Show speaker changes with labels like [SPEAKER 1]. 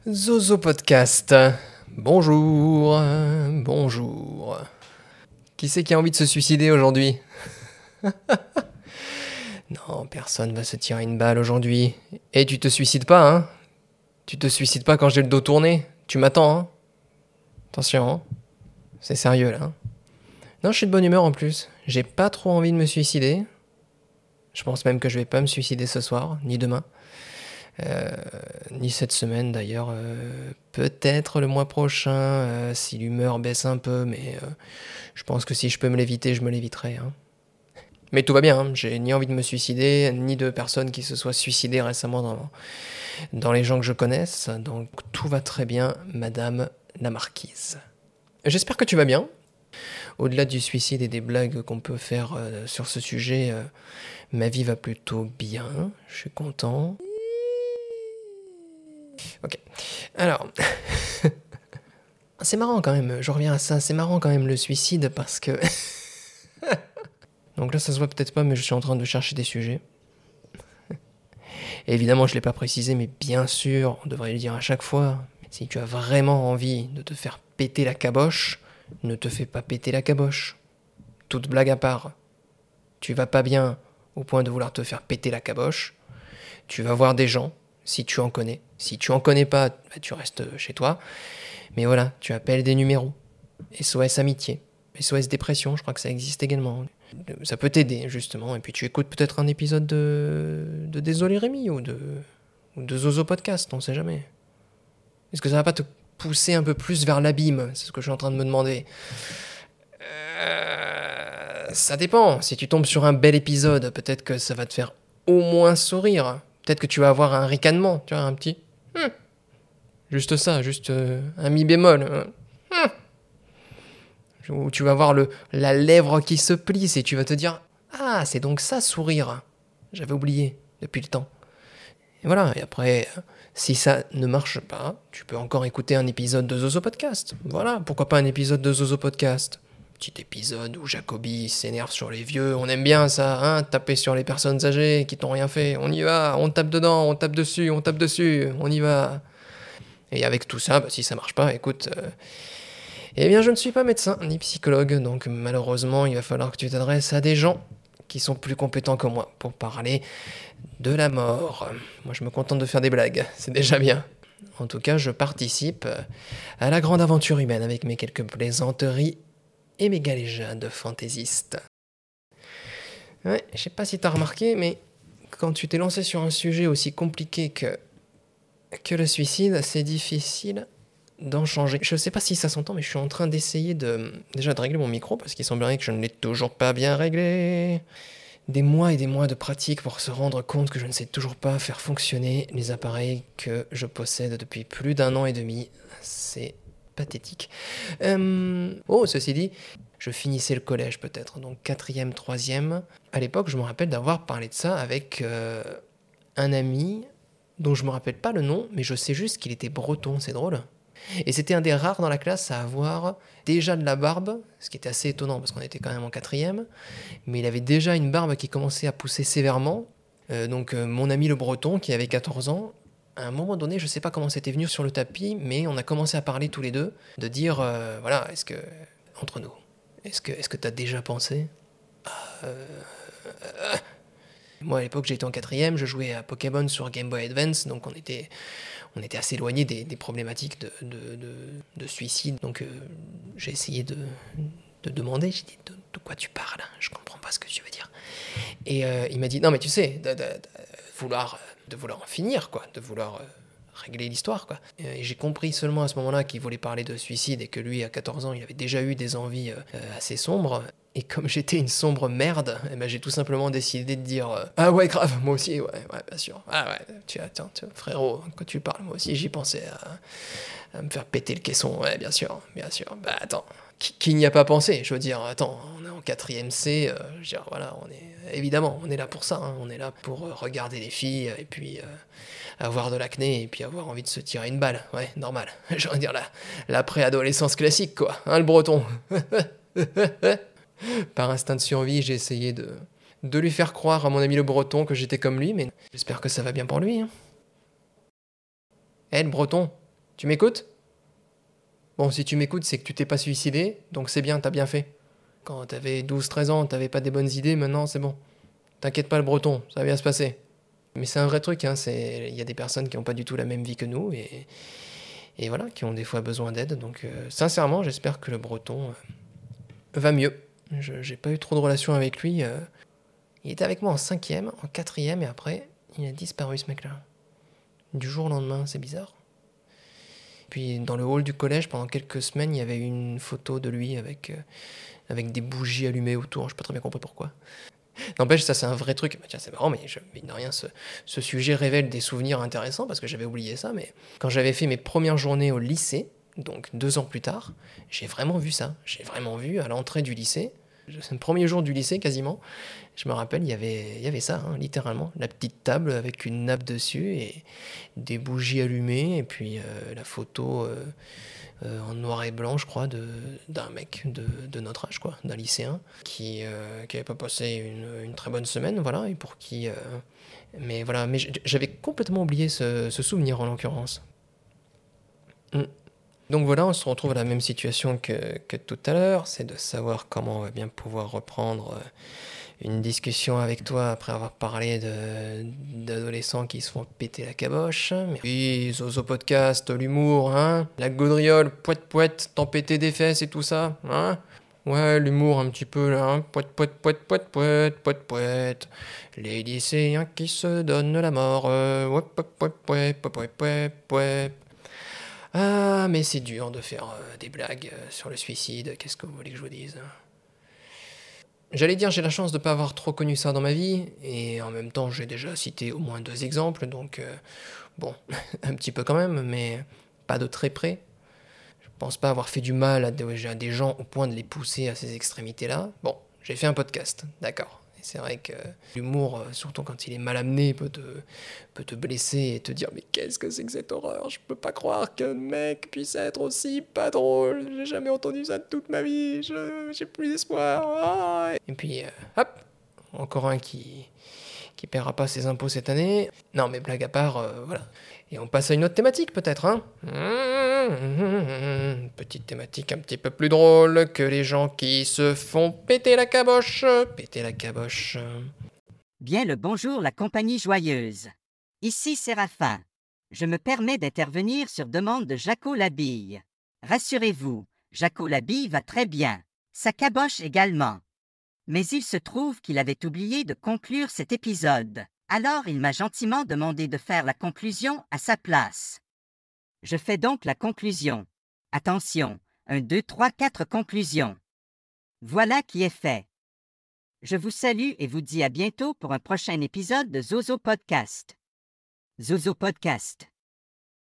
[SPEAKER 1] Zozo Podcast. Bonjour, bonjour. Qui c'est qui a envie de se suicider aujourd'hui? Non, personne va se tirer une balle aujourd'hui. Et tu te suicides pas, hein? Tu te suicides pas quand j'ai le dos tourné? Tu m'attends, hein? Attention, hein? C'est sérieux là. Hein. Non, je suis de bonne humeur en plus. J'ai pas trop envie de me suicider. Je pense même que je vais pas me suicider ce soir, ni demain. Ni cette semaine d'ailleurs, peut-être le mois prochain, si l'humeur baisse un peu, mais je pense que si je peux me l'éviter, je me l'éviterai. Hein. Mais tout va bien, hein. J'ai ni envie de me suicider, ni de personne qui se soit suicidée récemment dans les gens que je connaisse, donc tout va très bien, Madame la Marquise. J'espère que tu vas bien. Au-delà du suicide et des blagues qu'on peut faire sur ce sujet, ma vie va plutôt bien, je suis content. Ok. Alors, c'est marrant quand même, je reviens à ça, c'est marrant quand même le suicide parce que... Donc là ça se voit peut-être pas mais je suis en train de chercher des sujets. Et évidemment je l'ai pas précisé mais bien sûr, on devrait le dire à chaque fois, si tu as vraiment envie de te faire péter la caboche, ne te fais pas péter la caboche. Toute blague à part, tu vas pas bien au point de vouloir te faire péter la caboche, tu vas voir des gens, si tu en connais. Si tu en connais pas, bah, tu restes chez toi. Mais voilà, tu appelles des numéros. SOS Amitié, SOS Dépression, je crois que ça existe également. Ça peut t'aider, justement. Et puis tu écoutes peut-être un épisode de Désolé Rémi ou de Zozo Podcast, on sait jamais. Est-ce que ça va pas te pousser un peu plus vers l'abîme? C'est ce que je suis en train de me demander. Ça dépend. Si tu tombes sur un bel épisode, peut-être que ça va te faire au moins sourire. Peut-être que tu vas avoir un ricanement, tu vois, un petit... Juste ça, juste un mi bémol. Où tu vas voir la lèvre qui se plisse et tu vas te dire « Ah, c'est donc ça, sourire !» J'avais oublié depuis le temps. Et voilà, et après, si ça ne marche pas, tu peux encore écouter un épisode de Zozo Podcast. Voilà, pourquoi pas un épisode de Zozo Podcast. Petit épisode où Jacobi s'énerve sur les vieux, on aime bien ça, hein, taper sur les personnes âgées qui t'ont rien fait. On y va, on tape dedans, on tape dessus, on y va. Et avec tout ça, bah, si ça marche pas, écoute... Eh bien, je ne suis pas médecin ni psychologue, donc malheureusement, il va falloir que tu t'adresses à des gens qui sont plus compétents que moi pour parler de la mort. Moi, je me contente de faire des blagues, c'est déjà bien. En tout cas, je participe à la grande aventure humaine avec mes quelques plaisanteries et mes galéjades fantaisistes. Ouais, je sais pas si t'as remarqué, mais quand tu t'es lancé sur un sujet aussi compliqué que le suicide, c'est difficile d'en changer. Je sais pas si ça s'entend, mais je suis en train d'essayer déjà de régler mon micro, parce qu'il semblerait que je ne l'ai toujours pas bien réglé. Des mois et des mois de pratique pour se rendre compte que je ne sais toujours pas faire fonctionner les appareils que je possède depuis plus d'1 an et demi. C'est pathétique. Ceci dit, je finissais le collège peut-être, donc 4e, 3e. À l'époque, je me rappelle d'avoir parlé de ça avec un ami dont je me rappelle pas le nom, mais je sais juste qu'il était breton, c'est drôle. Et c'était un des rares dans la classe à avoir déjà de la barbe, ce qui était assez étonnant parce qu'on était quand même en 4e, mais il avait déjà une barbe qui commençait à pousser sévèrement. Mon ami le breton qui avait 14 ans, à un moment donné, je sais pas comment c'était venu sur le tapis, mais on a commencé à parler tous les deux, de dire, voilà, est-ce que, entre nous, est-ce que t'as déjà pensé Moi, à l'époque, j'étais en 4e, je jouais à Pokémon sur Game Boy Advance, donc on était assez éloigné des problématiques de suicide. Donc j'ai essayé de demander, j'ai dit de quoi tu parles, je comprends pas ce que tu veux dire. Et il m'a dit non mais tu sais, de vouloir en finir quoi, de vouloir régler l'histoire quoi. Et j'ai compris seulement à ce moment-là qu'il voulait parler de suicide et que lui à 14 ans il avait déjà eu des envies assez sombres. Et comme j'étais une sombre merde, eh ben j'ai tout simplement décidé de dire ah ouais grave, moi aussi, ouais, bien sûr. Ah ouais, attends, frérot, quand tu parles, moi aussi j'y pensais à me faire péter le caisson, ouais, bien sûr. Bah attends, qui n'y a pas pensé? Je veux dire, attends, on est en 4e C, je veux dire, voilà, on est là pour ça, hein, on est là pour regarder les filles et puis avoir de l'acné et puis avoir envie de se tirer une balle, ouais, normal. Je veux dire la préadolescence classique quoi, hein le breton. Par instinct de survie, j'ai essayé de lui faire croire à mon ami le breton que j'étais comme lui, mais j'espère que ça va bien pour lui. Hein. Le breton, Tu m'écoutes? Bon, si tu m'écoutes, c'est que tu t'es pas suicidé, donc c'est bien, t'as bien fait. Quand t'avais 12-13 ans, t'avais pas des bonnes idées, maintenant c'est bon. T'inquiète pas le breton, ça va bien se passer. Mais c'est un vrai truc, hein, il y a des personnes qui n'ont pas du tout la même vie que nous, et voilà, qui ont des fois besoin d'aide. Donc sincèrement, j'espère que le breton va mieux. J'ai pas eu trop de relations avec lui. Il était avec moi en 5e, en 4e, et après, il a disparu ce mec-là. Du jour au lendemain, c'est bizarre. Puis dans le hall du collège, pendant quelques semaines, il y avait une photo de lui avec des bougies allumées autour. Je n'ai pas très bien compris pourquoi. N'empêche, ça c'est un vrai truc. Bah, tiens, c'est marrant, mais mine de rien, ce sujet révèle des souvenirs intéressants parce que j'avais oublié ça. Mais quand j'avais fait mes premières journées au lycée, donc 2 ans plus tard, j'ai vraiment vu ça. J'ai vraiment vu à l'entrée du lycée, c'est le premier jour du lycée quasiment, je me rappelle, il y avait ça, hein, littéralement. La petite table avec une nappe dessus et des bougies allumées et puis la photo en noir et blanc, je crois, d'un mec de notre âge, quoi, d'un lycéen qui avait pas passé une très bonne semaine, voilà, et pour qui... mais voilà, mais j'avais complètement oublié ce souvenir en l'occurrence. Mm. Donc voilà, on se retrouve à la même situation que tout à l'heure, c'est de savoir comment on va bien pouvoir reprendre une discussion avec toi après avoir parlé d'adolescents qui se font péter la caboche. Mais oui, Zozo Podcast, l'humour, hein, la gaudriole, poète poète, t'en péter des fesses et tout ça, hein. Ouais, l'humour un petit peu là, hein, poète poète poète poète poète poète poète. Les lycéens qui se donnent la mort, ouais, poète poète poète poète poète poète. Ah, mais c'est dur de faire des blagues sur le suicide, qu'est-ce que vous voulez que je vous dise? J'allais dire, j'ai la chance de ne pas avoir trop connu ça dans ma vie, et en même temps, j'ai déjà cité au moins 2 exemples, donc bon, un petit peu quand même, mais pas de très près. Je pense pas avoir fait du mal à des gens au point de les pousser à ces extrémités-là. Bon, j'ai fait un podcast, d'accord. Et c'est vrai que l'humour, surtout quand il est mal amené, peut te blesser et te dire mais qu'est-ce que c'est que cette horreur? Je peux pas croire qu'un mec puisse être aussi pas drôle. J'ai jamais entendu ça de toute ma vie. J'ai plus d'espoir. Ah. Et puis, hop, encore un qui paiera pas ses impôts cette année. Non, mais blague à part, voilà. Et on passe à une autre thématique peut-être, hein. Petite thématique un petit peu plus drôle que les gens qui se font péter la caboche. Péter la caboche.
[SPEAKER 2] Bien le bonjour la compagnie joyeuse. Ici Séraphin. Je me permets d'intervenir sur demande de Jaco Labille. Rassurez-vous, Jaco Labille va très bien. Sa caboche également. Mais il se trouve qu'il avait oublié de conclure cet épisode. Alors il m'a gentiment demandé de faire la conclusion à sa place. Je fais donc la conclusion. Attention, 1, 2, 3, 4 conclusions. Voilà qui est fait. Je vous salue et vous dis à bientôt pour un prochain épisode de Zozo Podcast. Zozo Podcast.